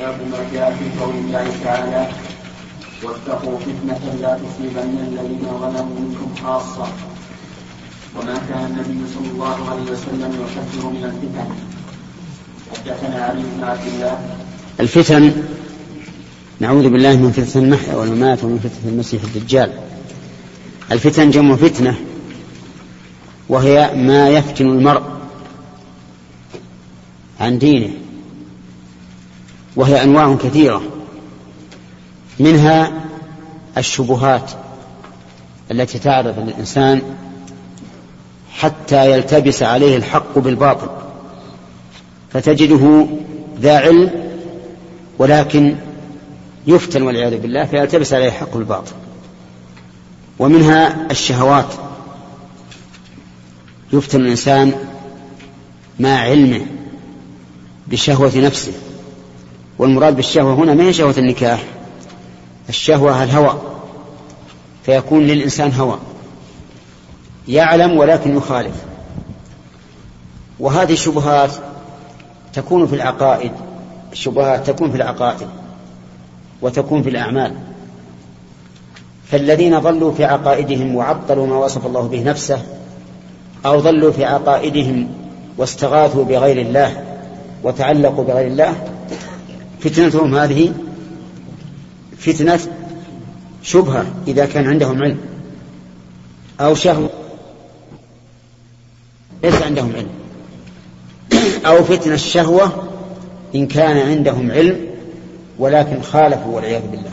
باب ما جاء في قول الله تعالى واتقوا فتنة لا تصيبن الذين ظلموا منكم خاصة. وما كان النبي صلى الله عليه وسلم يحذر من الفتن. حدثنا علي بن عبد الله. الفتن نعوذ بالله من فتنة المحيا والممات ومن فتنة المسيح الدجال. الفتن جمع فتنة، وهي ما يفتن المرء عن دينه، وهي أنواع كثيرة، منها الشبهات التي تعرض للإنسان حتى يلتبس عليه الحق بالباطل، فتجده ذا علم ولكن يفتن والعياذ بالله فيلتبس عليه الحق بالباطل. ومنها الشهوات، يفتن الإنسان مع علمه بشهوة نفسه، والمراد بالشهوة هنا ما هي شهوة النكاح، الشهوة الهوى، فيكون للإنسان هوى يعلم ولكن يخالف. وهذه الشبهات تكون في العقائد، الشبهات تكون في العقائد وتكون في الأعمال. فالذين ضلوا في عقائدهم وعطلوا ما وصف الله به نفسه، أو ضلوا في عقائدهم واستغاثوا بغير الله وتعلقوا بغير الله، فتنتهم هذه فتنة شبهة إذا كان عندهم علم، أو شهوة ليس عندهم علم، أو فتنة الشهوة إن كان عندهم علم ولكن خالفوا والعياذ بالله.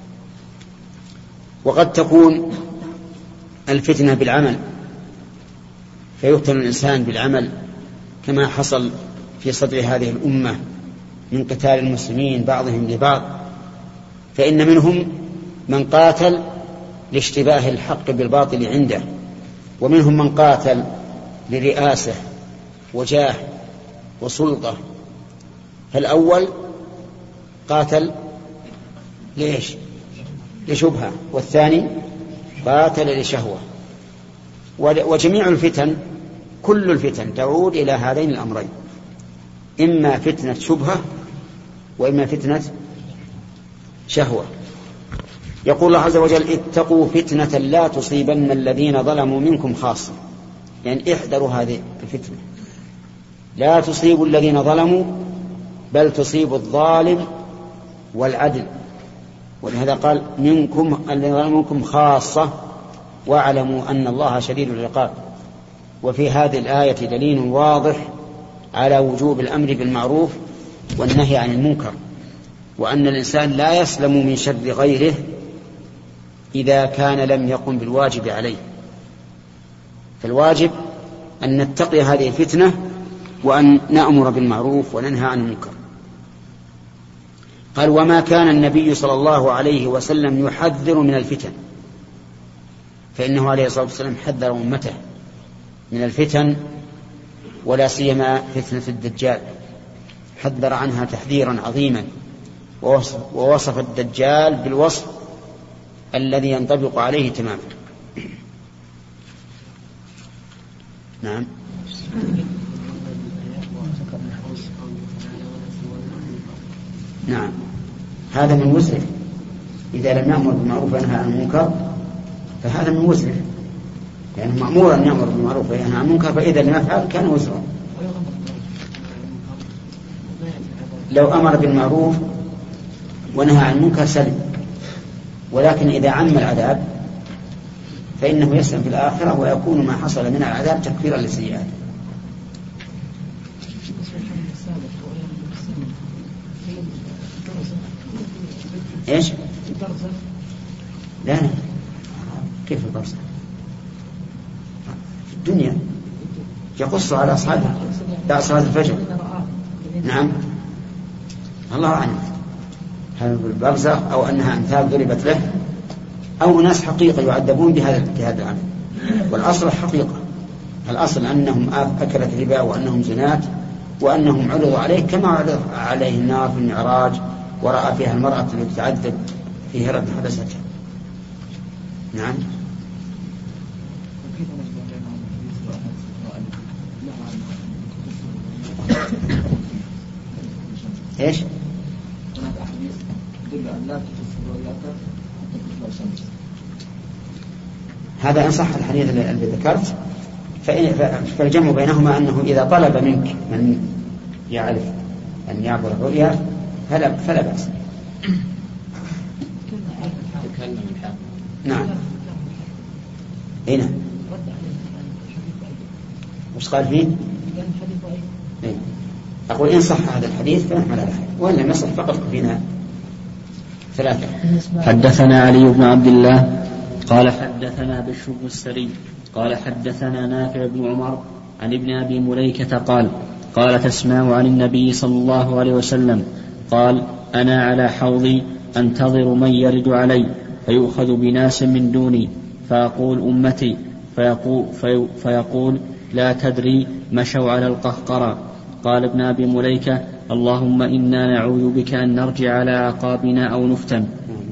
وقد تكون الفتنة بالعمل، فيفتن الإنسان بالعمل كما حصل في صدر هذه الأمة من قتال المسلمين بعضهم لبعض، فإن منهم من قاتل لاشتباه الحق بالباطل عنده، ومنهم من قاتل لرئاسة وجاه وسلطة. فالأول قاتل ليش؟ لشبهة، والثاني قاتل لشهوة. وجميع الفتن، كل الفتن تعود إلى هذين الأمرين، إما فتنة شبهة وإما فتنة شهوة. يقول الله عز وجل اتقوا فتنة لا تصيبن الذين ظلموا منكم خاصة، يعني احذروا هذه الفتنة، لا تصيب الذين ظلموا بل تصيب الظالم والعدل. ولهذا قال منكم الذين ظلموا منكم خاصة واعلموا أن الله شديد العقاب. وفي هذه الآية دليل واضح على وجوب الأمر بالمعروف والنهي عن المنكر، وأن الإنسان لا يسلم من شر غيره إذا كان لم يقم بالواجب عليه. فالواجب أن نتقي هذه الفتنة وأن نأمر بالمعروف وننهى عن المنكر. قال وما كان النبي صلى الله عليه وسلم يحذر من الفتن، فإنه عليه الصلاة والسلام حذر أمته من الفتن، ولا سيما فتنة الدجال، حذر عنها تحذيرا عظيما، ووصف الدجال بالوصف الذي ينطبق عليه تماما. نعم. نعم، هذا من وزره، إذا لم يأمر بالمعروف وينهى عن المنكر فهذا من وزره، يعني مأمور أن يأمر بالمعروف وينهى عن المنكر، فإذا لم يفعل كان وزره. لو أمر بالمعروف ونهى عن المنكر سلم، ولكن إذا عم العذاب فإنه يسلم في الآخرة، ويكون ما حصل من العذاب تكفيرا للسيئات. إيش؟ لا كيف البرزخ؟ في الدنيا يقص على أصحابها بعد صلاة الفجر. نعم، الله أعلم، هل البرزخ أو أنها أمثال ضربت له، أو ناس حقيقة يعذبون بهذا العمل. والأصل حقيقة، الأصل أنهم أكلت ربا وأنهم زنات وأنهم عرضوا عليه كما عرض عليه النار في المعراج، ورأى فيها المرأة التي تعذب في هرب حبستها. نعم. ايش؟ تدل أن لا تكفر ولا تكفر شمس. هذا إن صح الحديث الذي ذكرت فالجمع بينهما أنه إذا طلب منك من يعرف أن يعبر الرؤيا فلا بأس. نعم. هنا وش قال فيه؟ أقول إن صح هذا الحديث فنحمل على خير، وإن لم يصح فقط فينا ثلاثة. حدثنا علي بن عبد الله قال حدثنا بشر بن السري قال حدثنا نافع بن عمر عن ابن أبي مليكة قال تسمع عن النبي صلى الله عليه وسلم قال أنا على حوضي أنتظر من يرد علي فيؤخذ بناس من دوني فأقول أمتي فيقول لا تدري مشوا على القهقرى. قال ابن أبي مليكة اللهم إنا نعوذ بك أن نرجع على أعقابنا أو نفتن.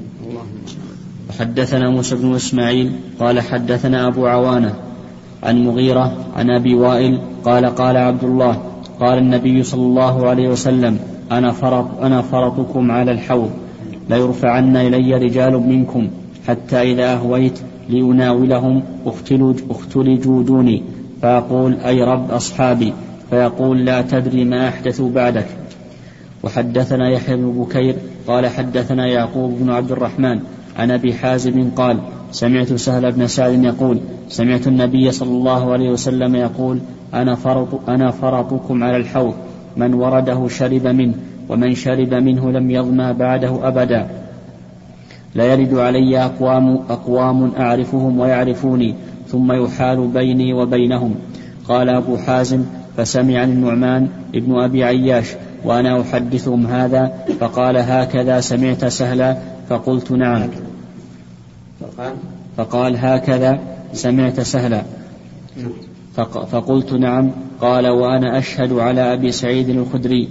وحدثنا موسى بن إسماعيل قال حدثنا أبو عوانة عن مغيرة عن أبي وائل قال عبد الله قال النبي صلى الله عليه وسلم أنا فرطكم على الحوض ليرفعن إلي رجال منكم حتى إذا أهويت لأناولهم اختلجوا دوني فأقول أي رب أصحابي فيقول لا تدري ما أحدثوا بعدك. وحدثنا يحيى بن بكير قال حدثنا يعقوب بن عبد الرحمن عن أبي حازم قال سمعت سهل بن سعد يقول سمعت النبي صلى الله عليه وسلم يقول أنا فرطكم على الحوض من ورده شرب منه ومن شرب منه لم يظمأ بعده أبدا لا يرد علي أقوام أعرفهم ويعرفوني ثم يحال بيني وبينهم. قال أبو حازم فسمع النعمان ابن أبي عياش وأنا أحدثهم هذا فقال هكذا سمعت سهلا فقلت نعم. فقال هكذا سمعت سهلا فقلت نعم. قال وأنا أشهد على أبي سعيد الخدري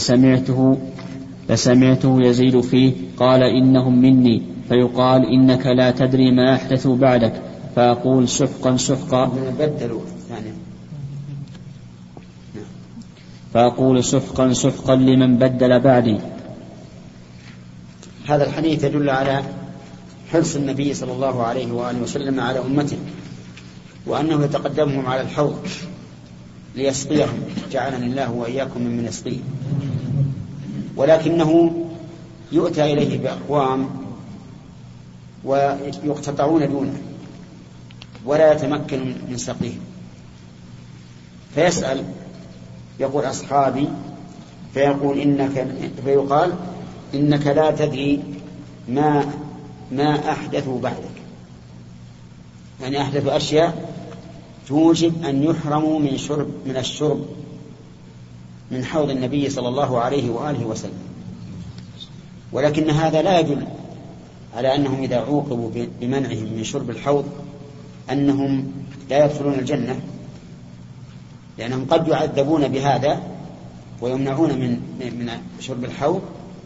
لسمعته يزيد فيه قال إنهم مني فيقال إنك لا تدري ما أحدثوا بعدك فأقول سحقا سحقا لمن بدل بعدي. هذا الحديث يدل على حرص النبي صلى الله عليه وآله وسلم على أمته وأنه يتقدمهم على الحوض ليسقيهم جعلنا الله وإياكم من يسقيه، ولكنه يؤتى إليه بأقوام ويقتطعون دونه ولا يتمكن من سقيهم فيسأل يقول أصحابي فيقال إنك لا تدري ما أحدثوا بعدك، يعني أحدثوا أشياء توجب أن يحرموا من الشرب من حوض النبي صلى الله عليه وآله وسلم. ولكن هذا لا يدل على أنهم إذا عوقبوا بمنعهم من شرب الحوض أنهم لا يدخلون الجنة، لأنهم قد يعذبون بهذا ويمنعون من شرب الحوض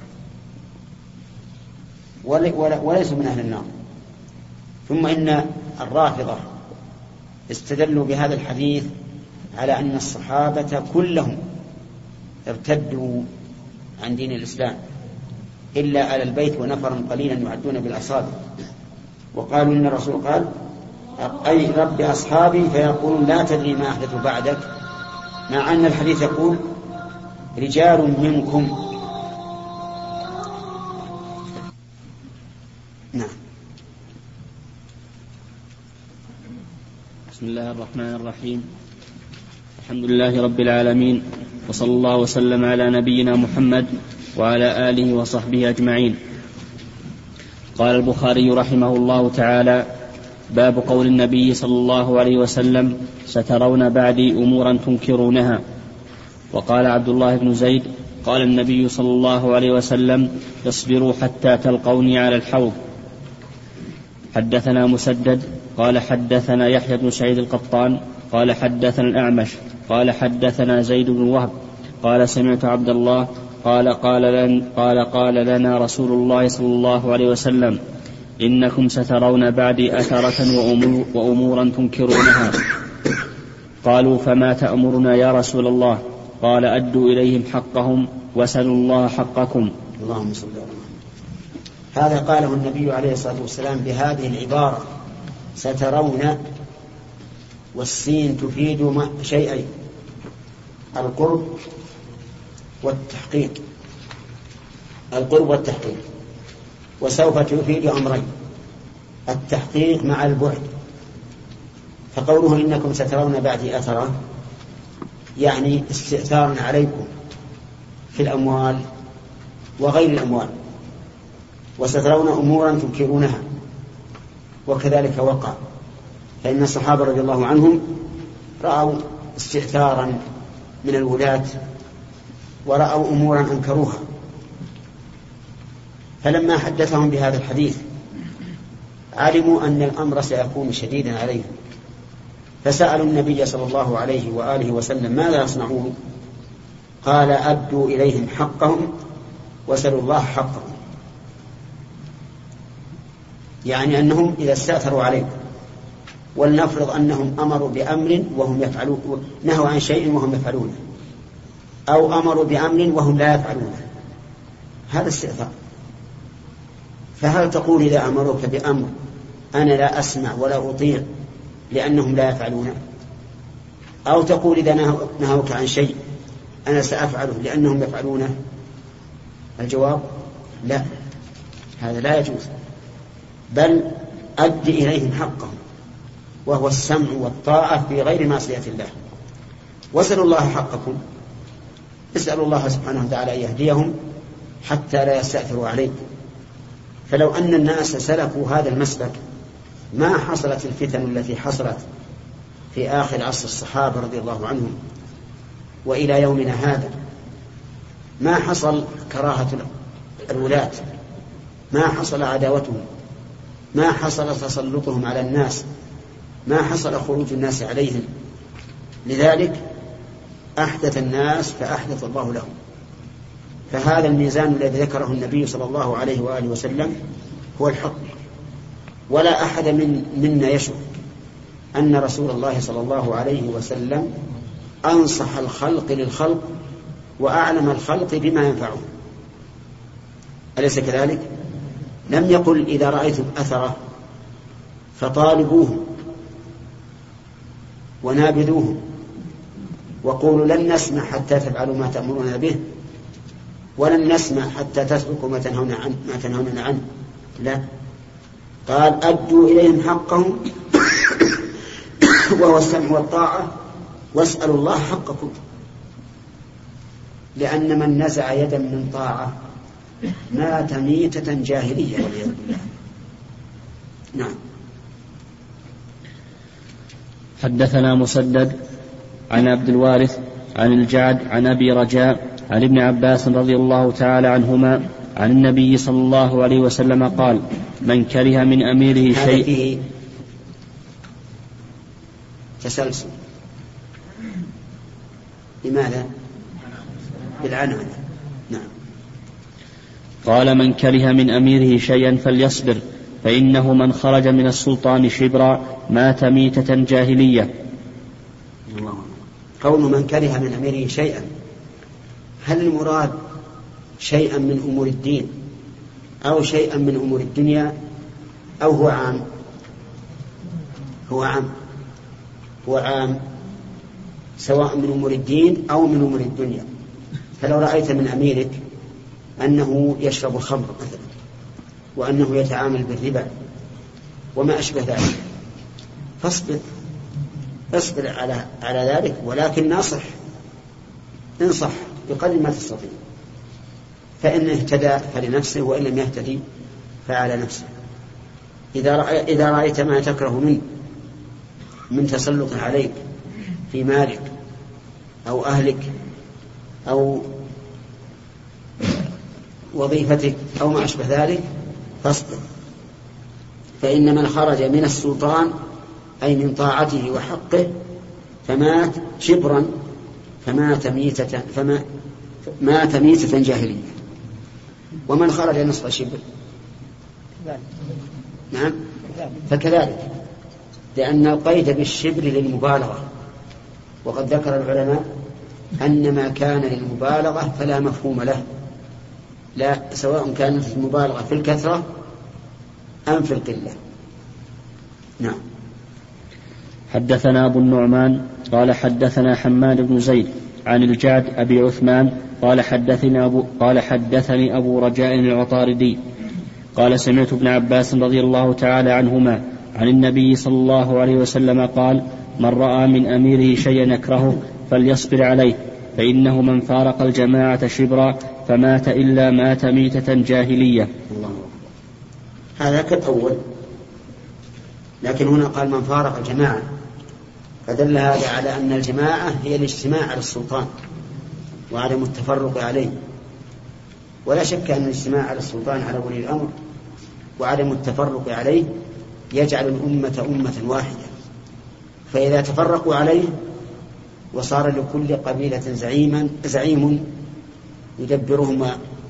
وليسوا من أهل النار. ثم إن الرافضة استدلوا بهذا الحديث على أن الصحابة كلهم ارتدوا عن دين الإسلام إلا على البيت ونفرا قليلا يعدون بالأصابع، وقالوا إن الرسول قال أي رب أصحابي فيقولون لا تدري ما أحدث بعدك، مع أن الحديث يقول رجال منكم. نعم. بسم الله الرحمن الرحيم. الحمد لله رب العالمين، وصلى الله وسلم على نبينا محمد وعلى آله وصحبه أجمعين. قال البخاري رحمه الله تعالى: باب قول النبي صلى الله عليه وسلم: سترون بعدي أمورا تنكرونها. وقال عبد الله بن زيد: قال النبي صلى الله عليه وسلم: اصبروا حتى تلقوني على الحوض. حدثنا مسدد قال حدثنا يحيى بن سعيد القطان قال حدثنا الأعمش قال حدثنا زيد بن وهب قال سمعت عبد الله قال لنا رسول الله صلى الله عليه وسلم: إنكم سترون بعدي أثرة وأمورا تنكرونها. قالوا: فما تأمرنا يا رسول الله؟ قال: أدوا إليهم حقهم وسلوا الله حقكم. اللهم صل على محمد. هذا قاله النبي عليه الصلاة والسلام بهذه العبارة سترون، والسين تفيد شيئين: القرب والتحقيق، القرب والتحقيق، وسوف تفيد أمرين: التحقيق مع البعد. فقوله إنكم سترون بعدي أثرا يعني استئثار عليكم في الأموال وغير الأموال، وسترون أمورا تنكرونها. وكذلك وقع، فإن الصحابة رضي الله عنهم رأوا استئثارا من الولاة ورأوا أمورا أنكروها، فلما حدثهم بهذا الحديث علموا أن الأمر سيكون شديدا عليهم، فسألوا النبي صلى الله عليه وآله وسلم ماذا يصنعون؟ قال: أدوا إليهم حقهم وسلوا الله حقهم. يعني أنهم إذا استأثروا عليكم، ولنفرض أنهم أمروا بأمر وهم يفعلون، نهوا عن شيء وهم يفعلونه، أو أمروا بأمر وهم لا يفعلونه، هذا استئثار. فهل تقول إذا أمروك بأمر أنا لا أسمع ولا أطيع لأنهم لا يفعلونه؟ أو تقول إذا نهوك عن شيء أنا سأفعله لأنهم يفعلونه؟ الجواب لا، هذا لا يجوز، بل أد إليهم حقهم، وهو السمع والطاعة في غير معصية الله. واسألوا الله حقكم، اسألوا الله سبحانه وتعالى أن يهديهم حتى لا يستأثروا عليكم. فلو أن الناس سلكوا هذا المسلك ما حصلت الفتن التي حصلت في آخر عصر الصحابة رضي الله عنهم وإلى يومنا هذا. ما حصل كراهة الولاة، ما حصل عداوتهم، ما حصل تسلطهم على الناس، ما حصل خروج الناس عليهم. لذلك أحدث الناس فأحدث الله لهم. فهذا الميزان الذي ذكره النبي صلى الله عليه وآله وسلم هو الحق. ولا أحد منا يشك أن رسول الله صلى الله عليه وسلم أنصح الخلق للخلق وأعلم الخلق بما ينفعهم، أليس كذلك؟ لم يقل إذا رأيتم أثره فطالبوه ونابذوه وقولوا لن نسمع حتى تفعلوا ما تأمرون به، ولن نسمع حتى تتركوا ما تنهون عنه. لا، قال: أدوا إليهم حقهم وهو السمع والطاعة، واسألوا الله حقكم. لأن من نزع يدا من طاعة مات ميتة جاهلية والعياذ بالله. نعم. حدثنا مسدد عن عبد الوارث عن الجعد عن أبي رجاء عن ابن عباس رضي الله تعالى عنهما عن النبي صلى الله عليه وسلم قال: من كره من أميره شيء. فيه تسلسل. لماذا؟ بالعنعنة. نعم. قال: من كره من أميره شيئا فليصبر، فإنه من خرج من السلطان شبرا مات ميتة جاهلية. قول من كره من أميره شيئا، هل المراد شيئا من أمور الدين أو شيئا من أمور الدنيا أو هو عام؟ هو عام سواء من أمور الدين أو من أمور الدنيا. فلو رأيت من أميرك أنه يشرب الخمر مثلا، وأنه يتعامل بالربا وما أشبه ذلك، فاصبر على ذلك، ولكن انصح بقدر ما تستطيع. فإن اهتدى فلنفسه، وإن لم يهتدي فعلى نفسه. إذا رأيت ما تكره منه من تسلط عليك في مالك أو أهلك أو وظيفتك أو ما أشبه ذلك فاصبر. فإن من خرج من السلطان أي من طاعته وحقه فمات شبرا فمات ميتة جاهلية. ومن خرج نصف شبر نعم فكذلك، لأن القيد بالشبر للمبالغة، وقد ذكر العلماء أن ما كان للمبالغة فلا مفهوم له، لا، سواء كانت المبالغة في الكثرة أم في القلة. نعم. حدثنا أبو النعمان قال حدثنا حماد بن زيد عن الجعد أبي عثمان قال حدثني أبو رجاء العطاردي قال سمعت ابن عباس رضي الله تعالى عنهما عن النبي صلى الله عليه وسلم قال من رأى من أميره شيئا يكرهه فليصبر عليه فإنه من فارق الجماعة شبرا فمات إلا مات ميتة جاهلية. هذا كالأول، لكن هنا قال من فارق الجماعة، فدل هذا على أن الجماعة هي الاجتماع على السلطان وعدم التفرق عليه. ولا شك أن الاجتماع على السلطان على ولي الأمر وعدم التفرق عليه يجعل الأمة أمة واحدة، فإذا تفرقوا عليه وصار لكل قبيلة زعيم يدبرهم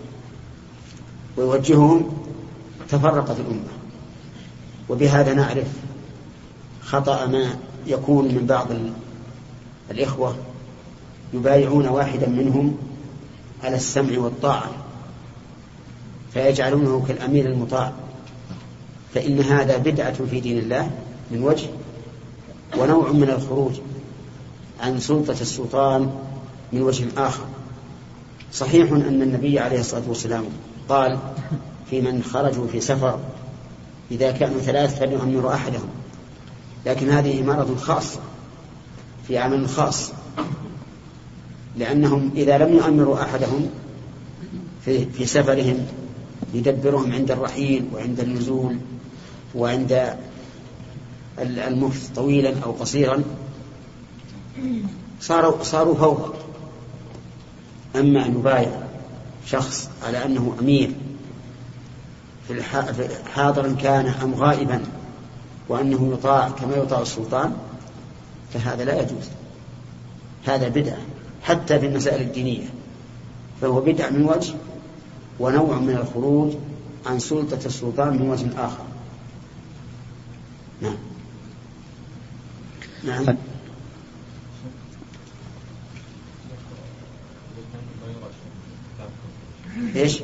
ويوجههم تفرقت الأمة. وبهذا نعرف خطأ ما يكون من بعض الإخوة يبايعون واحدا منهم على السمع والطاعة فيجعلونه كالأمير المطاع، فإن هذا بدعة في دين الله من وجه، ونوع من الخروج عن سلطة السلطان من وجه آخر. صحيح أن النبي عليه الصلاة والسلام قال في من خرجوا في سفر إذا كانوا 3 فليؤمروا أحدهم، لكن هذه إمارة خاصة في عمل خاص، لأنهم إذا لم يؤمروا أحدهم في سفرهم يدبرهم عند الرحيل وعند النزول وعند المكث طويلا أو قصيرا صاروا فوضى. أما أن يبايع شخص على أنه أمير في حاضرا كان أم غائبا وأنه يطاع كما يطاع السلطان فهذا لا يجوز، هذا بدعة حتى في المسائل الدينية، فهو بدعة من وجه ونوع من الخروج عن سلطة السلطان من وجه آخر. نعم. نعم. إيش؟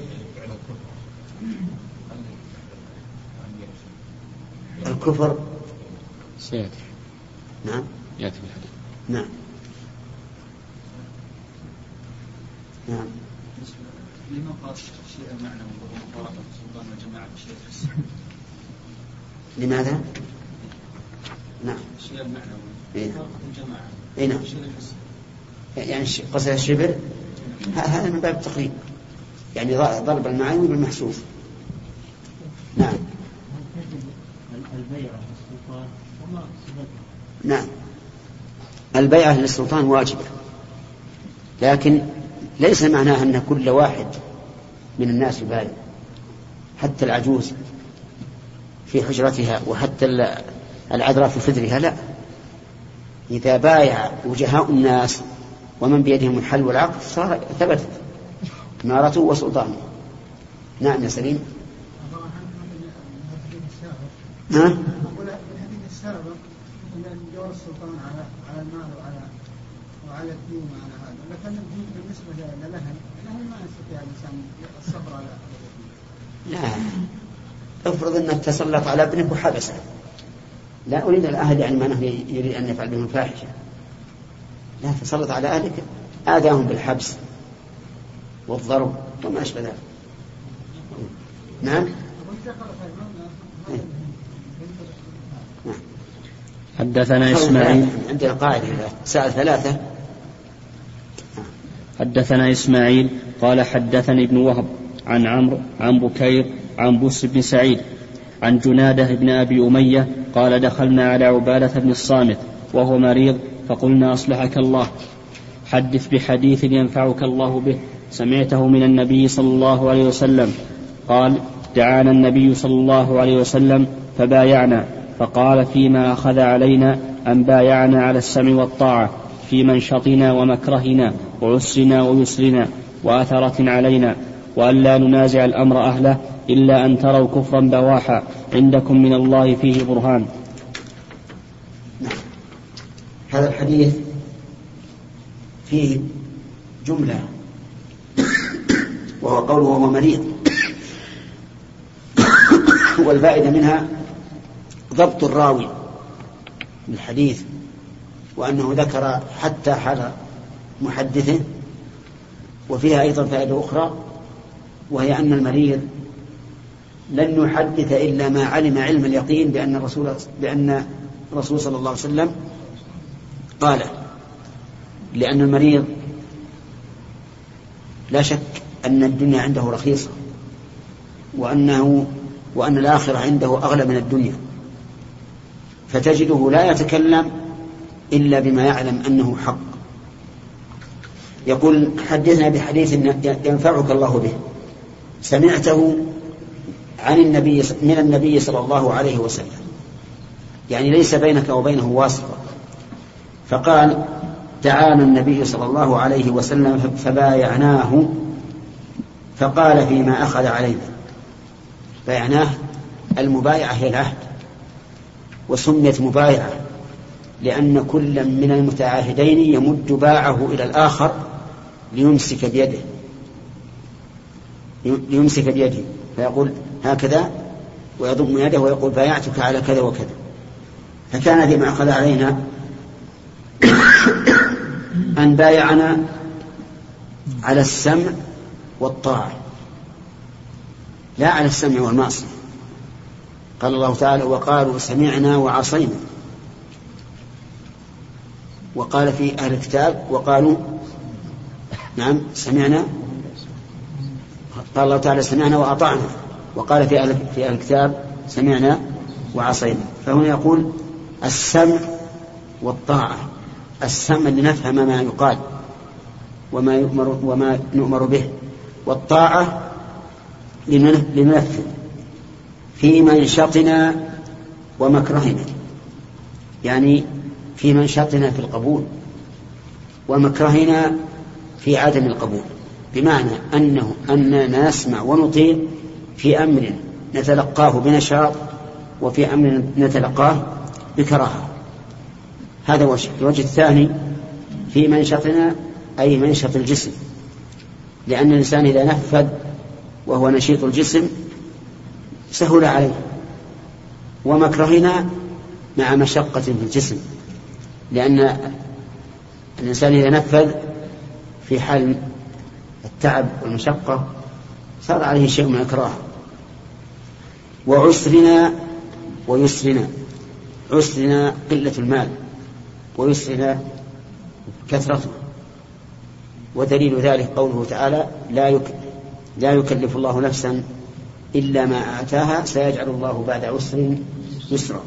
الكفر سيأتي. نعم. يأتي بالحديث. نعم. نعم. لما قال الشيء المعنى ومفارقة السلطان والجماعة بشيء الحس؟ لماذا؟ نعم. الشيء المعنى ومفارقة الجماعة. إيه نعم. يعني قصد الشبر هذا من باب التقريب، يعني ضرب المعاني بالمحسوس. نعم. البيعة للسلطان وما صفتها. نعم. البيعة للسلطان واجبة، لكن ليس معناها أن كل واحد من الناس يبايع، حتى العجوز في حجرتها وحتى العذراء في فدرها، لا. إذا بايع وجهاء الناس ومن بيدهم الحل والعقد صار ثبتت إمارته وسلطانه. نعم يا سليم. ها؟ أقول بالحديث السابق أن جور السلطان على المال وعلى الدين وعلى هذا، لكن بالنسبة للأهل ما يستطيع الإنسان الصبر على لا، افرض أنك تسلط على ابنك وحبسه، لا أريد الأهل يعني ما يريد أن يفعل بهم فاحشة، لا، تسلط على أهلك آذاهم بالحبس والضرب وما أشبه ذلك. نعم. حدثنا إسماعيل. عندنا قاعدة ساعة 3. حدثنا إسماعيل قال حدثني ابن وهب عن عمرو عن بكير عن بس بن سعيد عن جنادة بن أبي أمية قال دخلنا على عبادة بن الصامت وهو مريض فقلنا أصلحك الله، حدث بحديث ينفعك الله به سمعته من النبي صلى الله عليه وسلم. قال دعانا النبي صلى الله عليه وسلم فبايعنا، فقال فيما أخذ علينا أن بايعنا على السمع والطاعة في منشطنا ومكرهنا وعسرنا ويسرنا وأثرة علينا، وأن لا ننازع الأمر أهله إلا أن تروا كفرا بواحا عندكم من الله فيه برهان. هذا الحديث فيه جملة وهو قوله وهو مريض. والفائدة منها ضبط الراوي بالحديث، وأنه ذكر حتى حال محدثه. وفيها أيضا فائدة أخرى، وهي أن المريض لن يحدث إلا ما علم علم اليقين بأن الرسول صلى الله عليه وسلم قال، لأن المريض لا شك أن الدنيا عنده رخيصة، وأن الآخرة عنده أغلى من الدنيا، فتجده لا يتكلم إلا بما يعلم أنه حق. يقول حدثنا بحديث ينفعك الله به سمعته من النبي صلى الله عليه وسلم، يعني ليس بينك وبينه واسطة. فقال تعالى النبي صلى الله عليه وسلم فبايعناه، فقال فيما أخذ علينا. بايعناه المبايعة هي العهد، وسميت مبايعة لأن كل من المتعاهدين يمد باعه إلى الآخر ليمسك بيده فيقول هكذا ويضم يده ويقول بايعتك على كذا وكذا. فكان فيما أخذ علينا أن بايعنا على السمع والطاعة لا على السمع والمعصية. قال الله تعالى وقالوا سمعنا وعصينا، وقال في أهل الكتاب وقالوا نعم سمعنا، قال الله تعالى سمعنا وأطعنا، وقال في أهل الكتاب سمعنا وعصينا. فهنا يقول السمع والطاعة، السمع لنفهم ما يقال وما نؤمر به، والطاعة لننفذ في منشطنا ومكرهنا، يعني في منشطنا في القبول ومكرهنا في عدم القبول، بمعنى أننا نسمع ونطيع في أمر نتلقاه بنشاط وفي أمر نتلقاه بكراهة. هذا وجه. الوجه الثاني في منشطنا أي منشط الجسم، لأن الإنسان إذا نفذ وهو نشيط الجسم سهل عليه، ومكرهنا مع مشقة في الجسم، لأن الإنسان إذا نفذ في حال التعب والمشقة صار عليه شيء من الكراهة. وعسرنا ويسرنا، عسرنا قلة المال ويسرنا كثرته، ودليل ذلك قوله تعالى لا يكلف الله نفسا إلا ما آتاها سيجعل الله بعد عسر يسرا.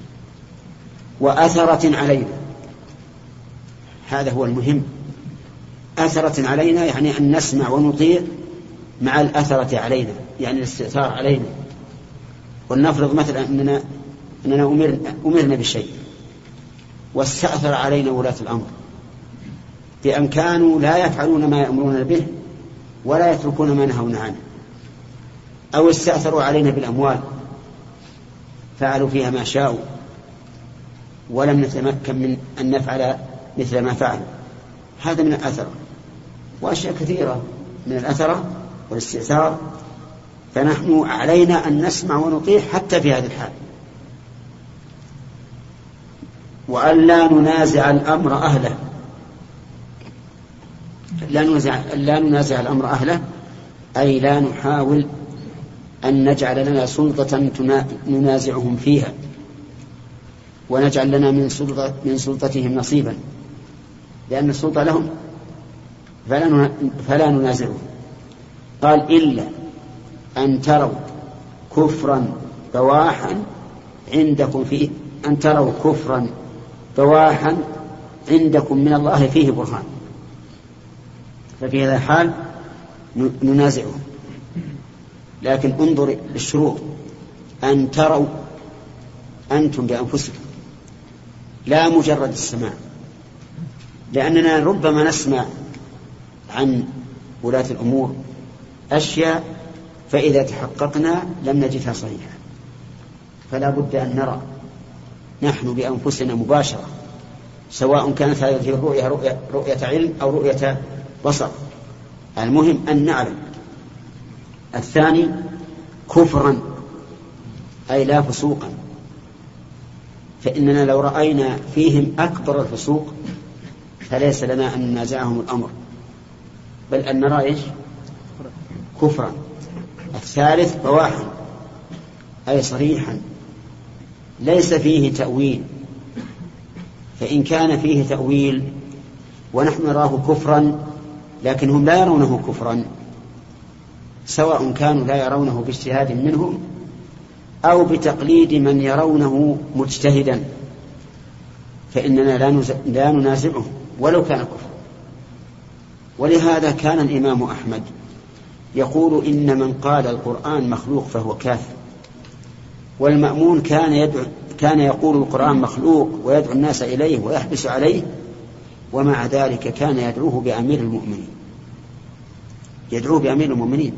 وأثرة علينا، هذا هو المهم، أثرة علينا يعني أن نسمع ونطيع مع الأثرة علينا، يعني الاستئثار علينا. ولنفرض مثلا أننا أمرنا بالشيء واستأثر علينا ولاة الأمر بأن كانوا لا يفعلون ما يأمرون به ولا يتركون ما نهون عنه، أو استأثروا علينا بالأموال فعلوا فيها ما شاءوا ولم نتمكن من أن نفعل مثل ما فعلوا. هذا من الأثر، وأشياء كثيرة من الأثر والاستئثار. فنحن علينا أن نسمع ونطيع حتى في هذه الحال، وأن لا ننازع الأمر أهله. لا ننازع الأمر أهله أي لا نحاول أن نجعل لنا سلطة ننازعهم فيها ونجعل لنا من سلطتهم نصيبا، لأن السلطة لهم فلا ننازعهم. قال إلا أن تروا كفرا بواحا عندكم فيه، أن تروا كفرا بواحا عندكم من الله فيه برهان، ففي هذا الحال ننازعه. لكن انظر للشروط، أن تروا أنتم بأنفسكم لا مجرد السماع، لأننا ربما نسمع عن ولاة الأمور أشياء فإذا تحققنا لم نجدها صحيحة، فلا بد أن نرى نحن بأنفسنا مباشرة، سواء كانت هذه الرؤية رؤية علم أو رؤية بصر. المهم أن نعلم الثاني كفرا أي لا فسوقا، فإننا لو رأينا فيهم أكبر الفسوق فليس لنا أن ننازعهم الأمر، بل أن نرى إيش؟ كفرا. الثالث بواحا أي صريحا ليس فيه تأويل، فإن كان فيه تأويل ونحن نراه كفرا لكنهم لا يرونه كفرا، سواء كانوا لا يرونه باجتهاد منهم أو بتقليد من يرونه مجتهدا، فإننا لا ننازعه ولو كان كفر. ولهذا كان الإمام أحمد يقول إن من قال القرآن مخلوق فهو كافر، والمأمون كان يقول القرآن مخلوق ويدعو الناس إليه ويحبس عليه، ومع ذلك كان يدعوه بأمير المؤمنين، يدعوه بأمير المؤمنين،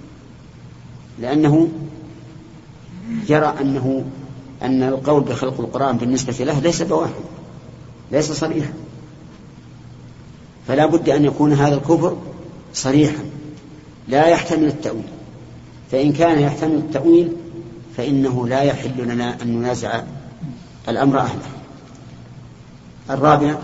لأنه يرى أن القول بخلق القرآن بالنسبة له ليس بواحد، ليس صريحا، فلا بد أن يكون هذا الكفر صريحا لا يحتمل التأويل، فإن كان يحتمل التأويل فإنه لا يحل لنا أن ننازع الأمر أهله. الرابع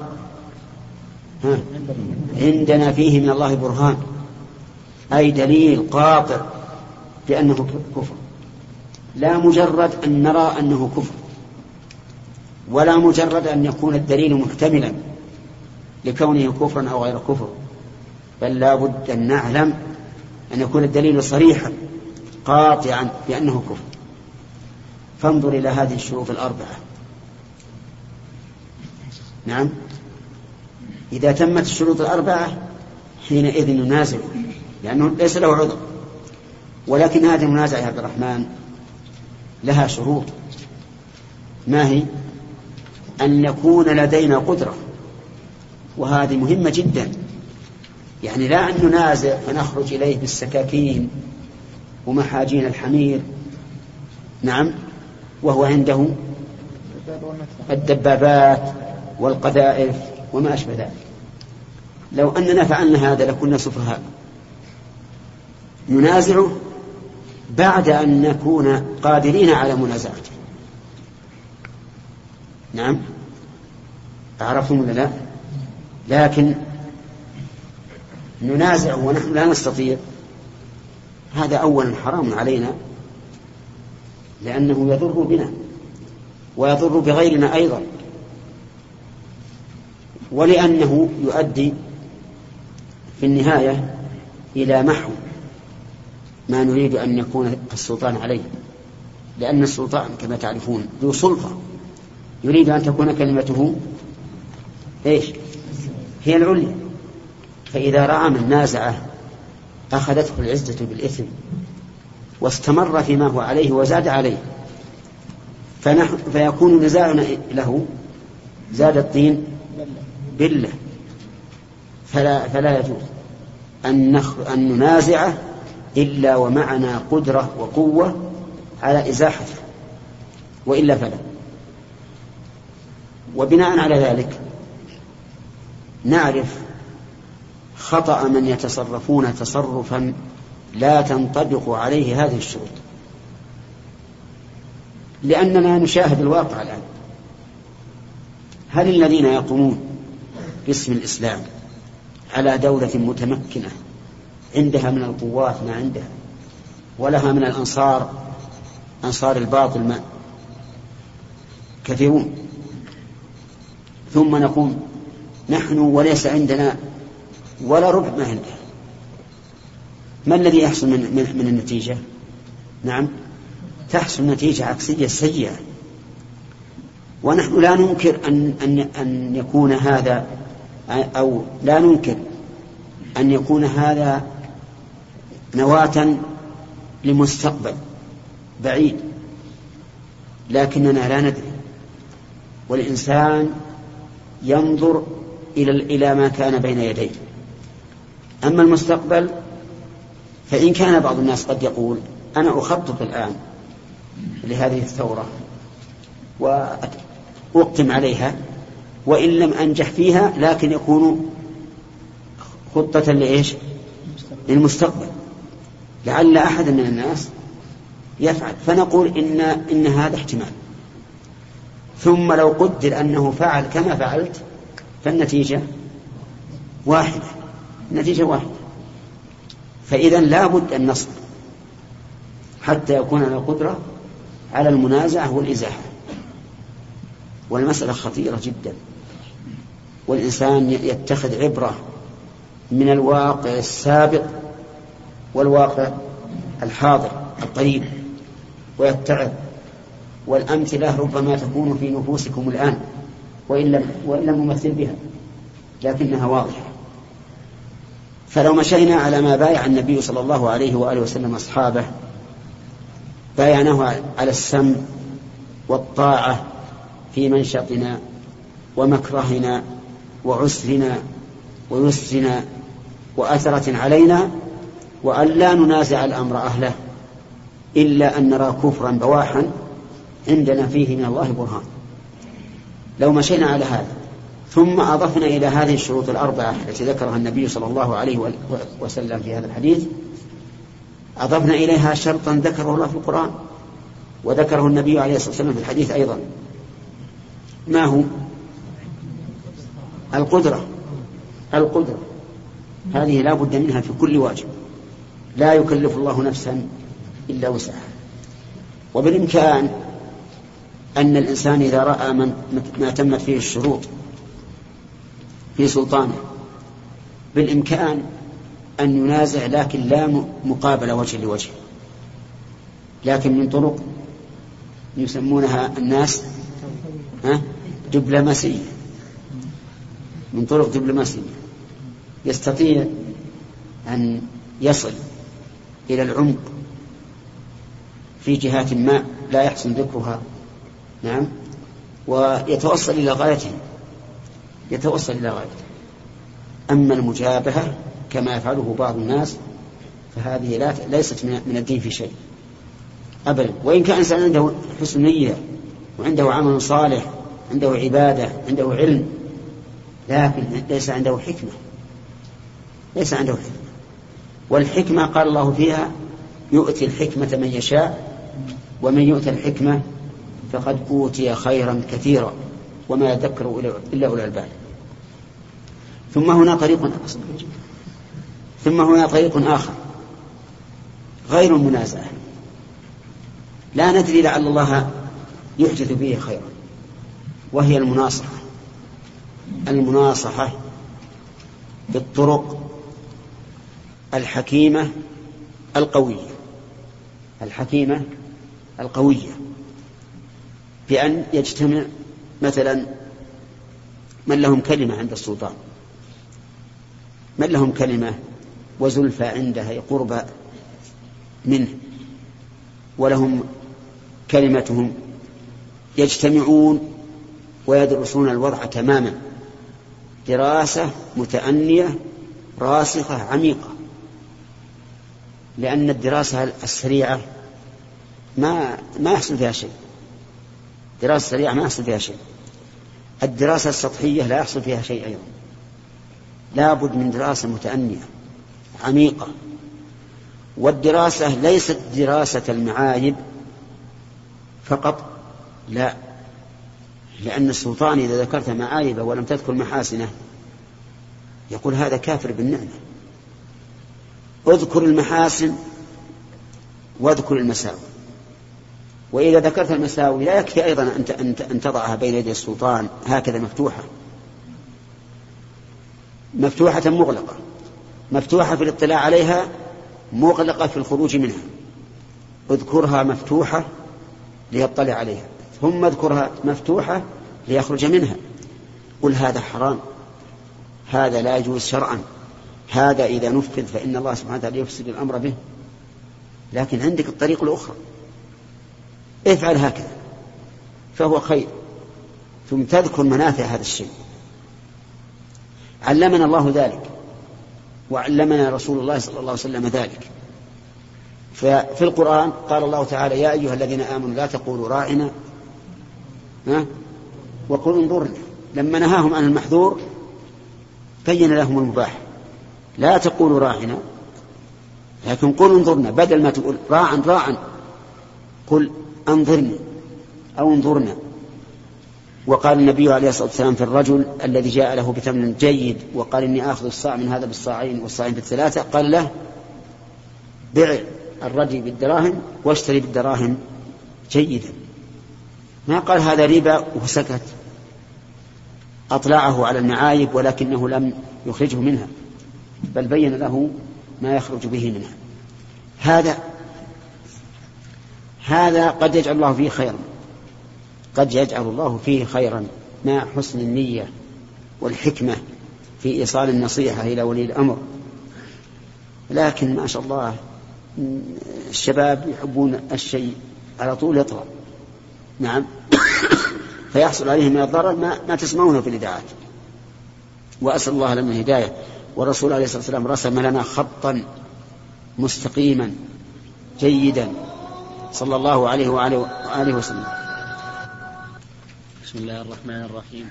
عندنا فيه من الله برهان أي دليل قاطع بأنه كفر، لا مجرد أن نرى أنه كفر، ولا مجرد أن يكون الدليل محتملا لكونه كفرا أو غير كفر، بل لا بد أن نعلم أن يكون الدليل صريحا قاطعا بأنه كفر. فانظر إلى هذه الشروط الأربعة. نعم، إذا تمت الشروط الأربعة حينئذ ننازع، لأنه ليس له عذر. ولكن هذه المنازعة يا عبد الرحمن لها شروط. ما هي؟ أن يكون لدينا قدرة، وهذه مهمة جدا، يعني لا أن ننازع فنخرج إليه بالسكاكين ومحاجين الحمير، نعم، وهو عنده الدبابات والقذائف وما أشبه ذلك. لو أننا فعلنا هذا لكنا سفهاء. ننازعه بعد أن نكون قادرين على منازعته. نعم، أعرفتم ولا لا؟ لكن ننازع ونحن لا نستطيع، هذا أولا حرام علينا، لأنه يضر بنا ويضر بغيرنا أيضا، ولأنه يؤدي في النهاية إلى محو ما نريد أن يكون السلطان عليه، لأن السلطان كما تعرفون ذو سلطة يريد أن تكون كلمته إيش؟ هي العليا. فإذا رأى من نازعه أخذته العزة بالإثم واستمر فيما هو عليه وزاد عليه، فيكون نزاعنا له زاد الطين بالله. فلا يجوز أن ننازعه إلا ومعنا قدرة وقوة على إزاحته، وإلا فلا. وبناء على ذلك نعرف خطأ من يتصرفون تصرفا لا تنطبق عليه هذه الشروط، لأننا نشاهد الواقع الآن. هل الذين يقومون باسم الإسلام على دولة متمكنة عندها من القوات ما عندها ولها من الأنصار أنصار الباطل ما كثيرون، ثم نقوم نحن وليس عندنا ولا ربع ما عندها، ما الذي يحصل من النتيجة؟ نعم، تحصل نتيجة عكسية سيئة. ونحن لا ننكر أن يكون هذا، أو لا ننكر أن يكون هذا نواة لمستقبل بعيد، لكننا لا ندري، والإنسان ينظر إلى ما كان بين يديه. أما المستقبل فإن كان بعض الناس قد يقول أنا أخطط الآن لهذه الثورة وأقدم عليها، وإن لم أنجح فيها لكن يكون خطة لإيش؟ للمستقبل. لعل أحد من الناس يفعل، فنقول إن هذا احتمال. ثم لو قدر أنه فعل كما فعلت فالنتيجة واحدة، النتيجة واحدة. فإذا لا بد أن نصبر حتى يكون لنا القدرة على المنازعة والإزاحة. والمسألة خطيرة جدا، والإنسان يتخذ عبرة من الواقع السابق والواقع الحاضر القريب ويتعظ. والأمثلة ربما تكون في نفوسكم الآن وإن لم نمثل بها، لكنها واضحة. فلو مشينا على ما بايع النبي صلى الله عليه وآله وسلم أصحابه، بايعناه على السمع والطاعة في منشطنا ومكرهنا وعسرنا ويسرنا وأثرة علينا، وأن لا ننازع الأمر أهله إلا أن نرى كفرا بواحا عندنا فيه من الله برهان. لو مشينا على هذا ثم أضفنا إلى هذه الشروط الأربعة التي ذكرها النبي صلى الله عليه وسلم في هذا الحديث، أضفنا إليها شرطا ذكره الله في القرآن وذكره النبي عليه الصلاة والسلام في الحديث أيضا. ما هو؟ القدرة هذه لا بد منها في كل واجب، لا يكلف الله نفسا إلا وسعها. وبالإمكان أن الإنسان إذا رأى ما تمت فيه الشروط في سلطانه بالإمكان أن ينازع، لكن لا مقابل وجه لوجه، لكن من طرق يسمونها الناس دبلوماسية، من طرق دبلوماسية يستطيع أن يصل إلى العمق في جهات ما لا يحسن ذكرها، نعم، ويتوصل إلى غايته، أما المجابهة كما يفعله بعض الناس فهذه ليست من الدين في شيء أبدا. وإن كان إنسان عنده حسن نية وعنده عمل صالح، عنده عبادة، عنده علم، لكن ليس عنده حكمة. والحكمة قال الله فيها: يؤتي الحكمة من يشاء ومن يؤتى الحكمة فقد أوتي خيرا كثيرا وما يذكر إلا أولي الألباب. ثم هنا طريق آخر غير المنازعة، لا ندري لعل الله يحدث به خيرا، وهي المناصحة بالطرق الحكيمة القوية، بأن يجتمع مثلا من لهم كلمة عند السلطان، من لهم كلمة وزلفى عنده قرب منه ولهم كلمتهم، يجتمعون ويدرسون الوضع تماما دراسة متأنية راسخة عميقة. لأن الدراسة السريعة ما يحصل فيها شيء، الدراسة السطحية لا يحصل فيها شيء أيضا. لا بد من دراسة متأنية عميقة. والدراسة ليست دراسة المعايب فقط، لا، لأن السلطان إذا ذكرت معايبه ولم تذكر محاسنه يقول هذا كافر بالنعمة. اذكر المحاسن واذكر المساوئ، وإذا ذكرت المساوئ لا يكفي أيضا أن تضعها بين يدي السلطان هكذا مفتوحة مغلقة، مفتوحة في الاطلاع عليها، مغلقة في الخروج منها. اذكرها مفتوحة ليطلع عليها، ثم اذكرها مفتوحة ليخرج منها. قل هذا حرام، هذا لا يجوز شرعا، هذا إذا نفذ فإن الله سبحانه وتعالى يفسد الأمر به. لكن عندك الطريق الأخرى، افعل هكذا فهو خير، ثم تذكر منافع هذا الشيء. علمنا الله ذلك وعلمنا رسول الله صلى الله عليه وسلم ذلك. ففي القرآن قال الله تعالى: يا أيها الذين آمنوا لا تقولوا راعنا وقولوا انظرنا. لما نهاهم عن المحظور بين لهم المباح. لا تقولوا راعنا لكن قل انظرنا، بدل ما تقول راعا قل انظرني أو انظرنا. وقال النبي عليه الصلاة والسلام في الرجل الذي جاء له بثمن جيد وقال إني آخذ الصاع من هذا بالصاعين والصاعين بالثلاثة، قال له بع الردي بالدراهم واشتري بالدراهم جيدا. ما قال هذا ربا وسكت، أطلعه على المعايب ولكنه لم يخرجه منها، بل بين له ما يخرج به منها. هذا قد يجعل الله فيه خيرا، قد يجعل الله فيه خيرا مع حسن النية والحكمة في إيصال النصيحة إلى ولي الأمر. لكن ما شاء الله الشباب يحبون الشيء على طول يطلع، نعم، فيحصل عليهم من الضرر ما تسمعونه في الإذاعات. وأسأل الله لنا الهداية. والرسول عليه الصلاة والسلام رسم لنا خطا مستقيما جيدا صلى الله عليه وآله وسلم. بسم الله الرحمن الرحيم.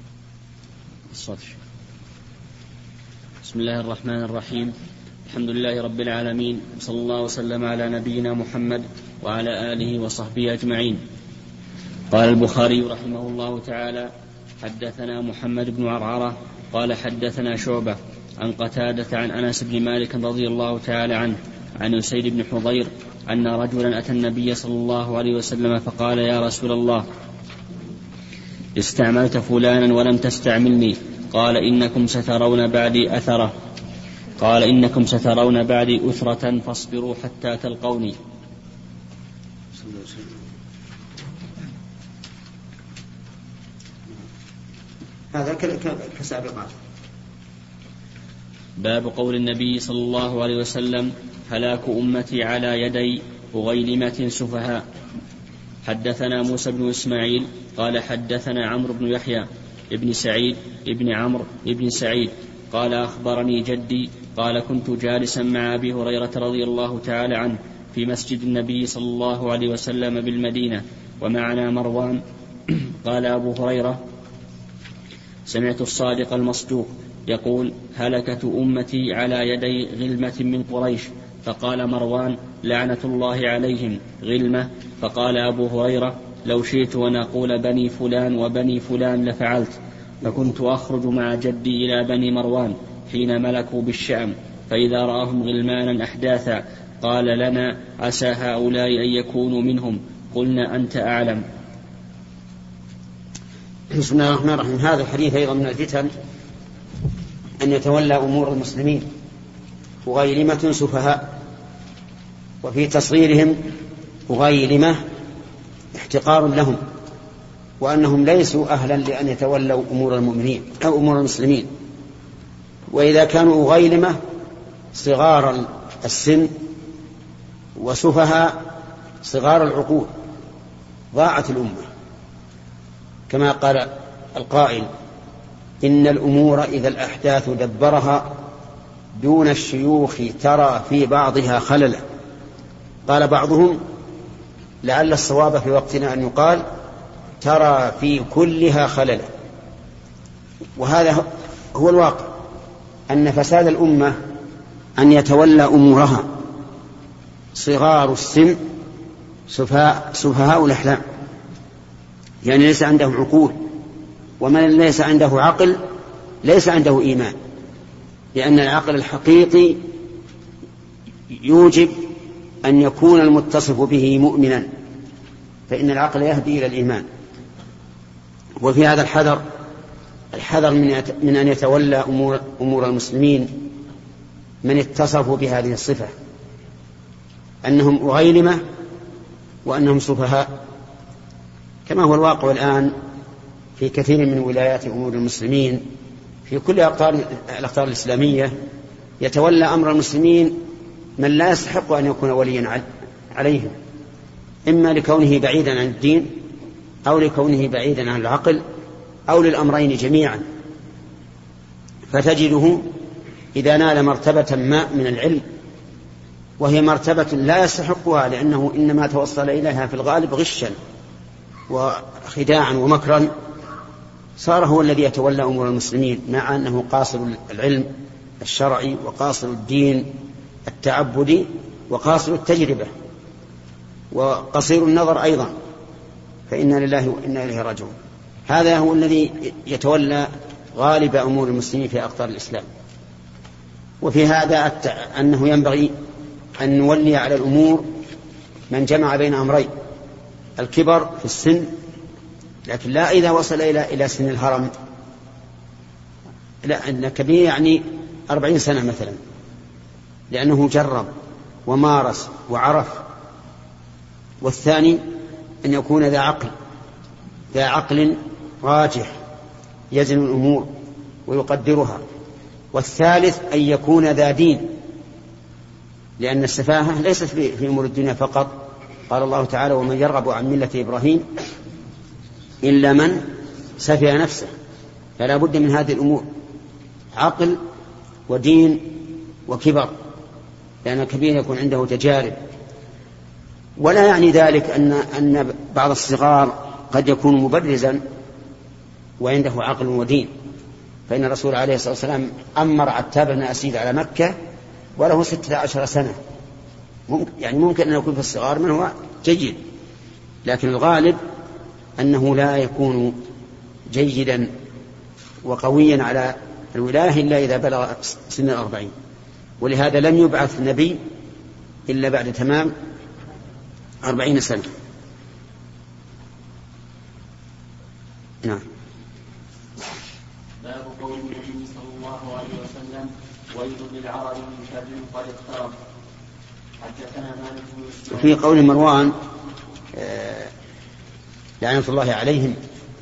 بسم الله الرحمن الرحيم. الحمد لله رب العالمين، صلى الله وسلم على نبينا محمد وعلى آله وصحبه أجمعين. قال البخاري رحمه الله تعالى: حدثنا محمد بن عرعرة قال حدثنا شعبة عن قتادة عن أنس بن مالك رضي الله تعالى عنه عن أسيد بن حضير أن رجلا أتى النبي صلى الله عليه وسلم فقال: يا رسول الله، استعملت فلانا ولم تستعملني. قال: إنكم سترون بعدي أثرة. قال: إنكم سترون بعدي أثرة فاصبروا حتى تلقوني. هذا كسابقات. باب قول النبي صلى الله عليه وسلم: هلاك أمتي على يدي أغيلمة سفهاء. حدثنا موسى بن إسماعيل قال حدثنا عمرو بن يحيى ابن سعيد ابن عمرو ابن سعيد قال: أخبرني جدي قال: كنت جالسا مع أبي هريرة رضي الله تعالى عنه في مسجد النبي صلى الله عليه وسلم بالمدينة ومعنا مروان. قال أبو هريرة: سمعت الصادق المصدوق يقول: هلكت أمتي على يدي غلمة من قريش. فقال مروان: لعنة الله عليهم، غلمة. فقال أبو هريرة: لو شئت أن أقول بني فلان وبني فلان لفعلت. فكنت أخرج مع جدي إلى بني مروان حين ملكوا بالشام، فإذا رآهم غلمانا أحداثا قال لنا: عسى هؤلاء أن يكونوا منهم. قلنا: أنت أعلم. بسم الله الرحمن الرحيم. هذا الحديث أيضا من الفتن أن يتولى أمور المسلمين أغيلمة سفهاء، وفي تصغيرهم أغيلمة احتقار لهم، وأنهم ليسوا أهلا لأن يتولوا أمور المؤمنين أو أمور المسلمين. وإذا كانوا أغيلمة صغار السن وسفهاء صغار العقول ضاعت الأمة، كما قال القائل: إن الأمور إذا الأحداث دبرها دون الشيوخ ترى في بعضها خللا. قال بعضهم: لعل الصواب في وقتنا أن يقال ترى في كلها خللا. وهذا هو الواقع، أن فساد الأمة أن يتولى أمورها صغار السن سفهاء الأحلام، يعني ليس عندهم عقول، ومن ليس عنده عقل ليس عنده إيمان، لأن العقل الحقيقي يوجب أن يكون المتصف به مؤمنا، فإن العقل يهدي إلى الإيمان. وفي هذا الحذر من أن يتولى أمور المسلمين من اتصفوا بهذه الصفة، أنهم أغيلمة وأنهم سفهاء، كما هو الواقع الآن في كثير من ولايات أمور المسلمين في كل الأقطار الإسلامية. يتولى أمر المسلمين من لا يستحق أن يكون وليا عليهم، إما لكونه بعيدا عن الدين أو لكونه بعيدا عن العقل أو للأمرين جميعا. فتجده إذا نال مرتبة ما من العلم وهي مرتبة لا يستحقها، لأنه إنما توصل إليها في الغالب غشا وخداعا ومكرا، صار هو الذي يتولى أمور المسلمين، مع أنه قاصر العلم الشرعي وقاصر الدين التعبد وقاصر التجربة وقصير النظر أيضا، فإنا لله وإنا إليه راجعون. هذا هو الذي يتولى غالب أمور المسلمين في أقطار الإسلام. وفي هذا أنه ينبغي أن نولي على الأمور من جمع بين أمرين: الكبر في السن، لكن لا إذا وصل إلى سن الهرم، لا، أن كبير يعني 40 سنة مثلا، لأنه جرب ومارس وعرف. والثاني أن يكون ذا عقل راجح يزن الأمور ويقدرها. والثالث أن يكون ذا دين، لأن السفاهة ليست في أمور الدنيا فقط. قال الله تعالى: ومن يرغب عن ملة إبراهيم إلا من سفه نفسه. فلا بد من هذه الأمور: عقل ودين وكبر، لأن الكبير يكون عنده تجارب. ولا يعني ذلك أن بعض الصغار قد يكون مبرزا وعنده عقل ودين، فإن الرسول عليه الصلاة والسلام أمر عتاب بن أسيد على مكة وله 16 سنة. ممكن أن يكون في الصغار من هو جيد، لكن الغالب أنه لا يكون جيدا وقويا على الولاية إلا إذا بلغ سن 40. ولهذا لم يبعث نبي إلا بعد تمام 40 سنة. نعم. باب قول النبي صلى الله عليه وسلم: ويل للعرب من شر قد اقترب. حدثنا مالك بن اسماعيل. وفي قول مروان لعنة الله عليهم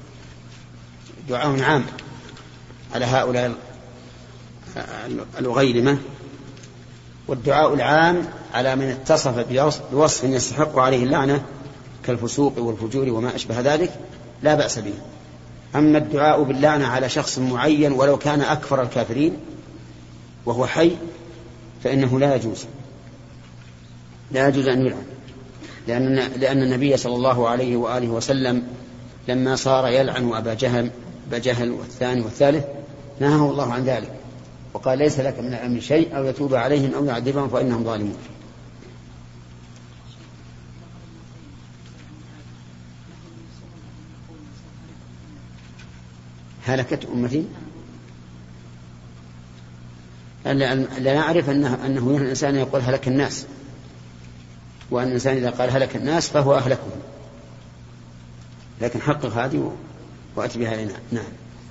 دعاء عام على هؤلاء الغيلمة، والدعاء العام على من اتصف بوصف يستحق عليه اللعنة كالفسوق والفجور وما أشبه ذلك لا بأس به. أما الدعاء باللعنة على شخص معين ولو كان أكفر الكافرين وهو حي فإنه لا يجوز أن يلعن، لأن النبي صلى الله عليه وآله وسلم لما صار يلعن أبا جهل والثاني والثالث نهاه الله عن ذلك، وقال: ليس لك من الأمر شيء، أو يتوب عليهم أو يعذبهم فإنهم ظالمون. هلكت أمتي، لا نعرف أنه الإنسان يقول هلك الناس، وأن الإنسان إذا قال هلك الناس فهو أهلكهم، لكن حقق هذه وأت بها لنا. نعم.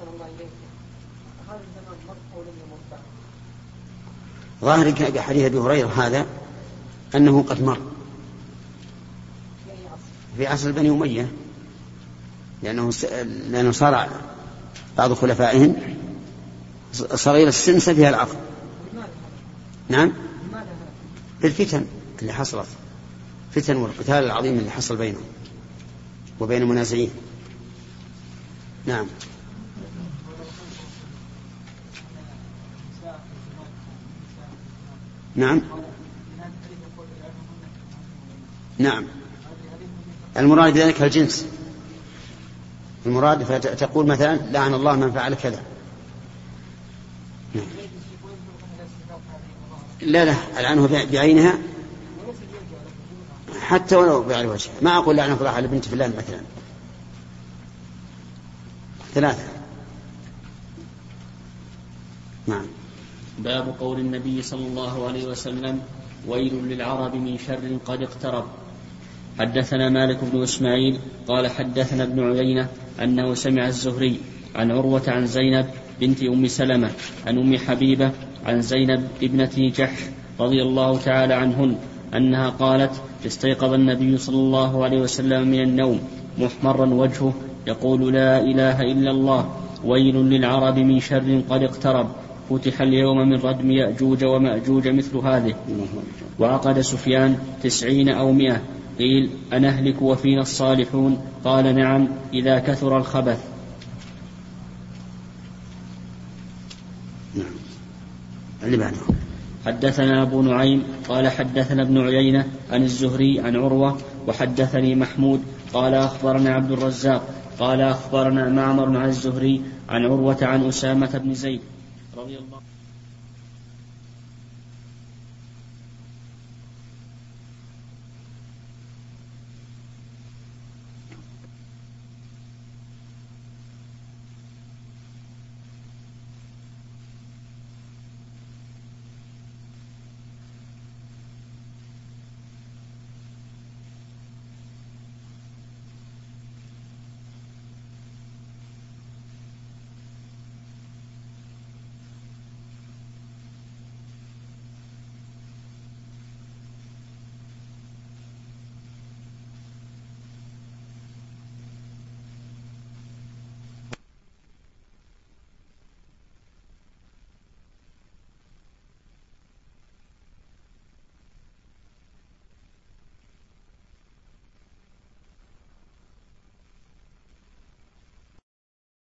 ظاهر حديث أبي هريرة هذا أنه قد مر في عصر بني أمية، لأنه صار بعض خلفائهم صغير السن سفيه العقل. نعم. بالفتن اللي حصلت، فتن والقتال العظيم اللي حصل بينهم وبين المنازعين. نعم. نعم. نعم. المراد بذلك الجنس، المراد فتقول مثلا: لعن الله من فعل كذا. لا ألعنه بعينها حتى ولو بعلى وجهها. ما أقول لعنه الله على بنت فلان مثلا. 3. نعم. باب قول النبي صلى الله عليه وسلم: ويل للعرب من شر قد اقترب. حدثنا مالك بن إسماعيل قال حدثنا ابن عيينة أنه سمع الزهري عن عروة عن زينب بنت أم سلمة عن أم حبيبة عن زينب ابنة جحش رضي الله تعالى عنهن أنها قالت: استيقظ النبي صلى الله عليه وسلم من النوم محمرا وجهه يقول: لا إله إلا الله، ويل للعرب من شر قد اقترب، فتح اليوم من ردم يأجوج ومأجوج مثل هذه. وعقد سفيان 90 أو 100. قيل: أنهلك وفينا الصالحون؟ قال: نعم، إذا كثر الخبث. حدثنا أبو نعيم قال حدثنا ابن عيينة عن الزهري عن عروة وحدثني محمود قال أخبرنا عبد الرزاق قال أخبرنا معمر عن الزهري عن عروة عن أسامة بن زيد رضي الله عنه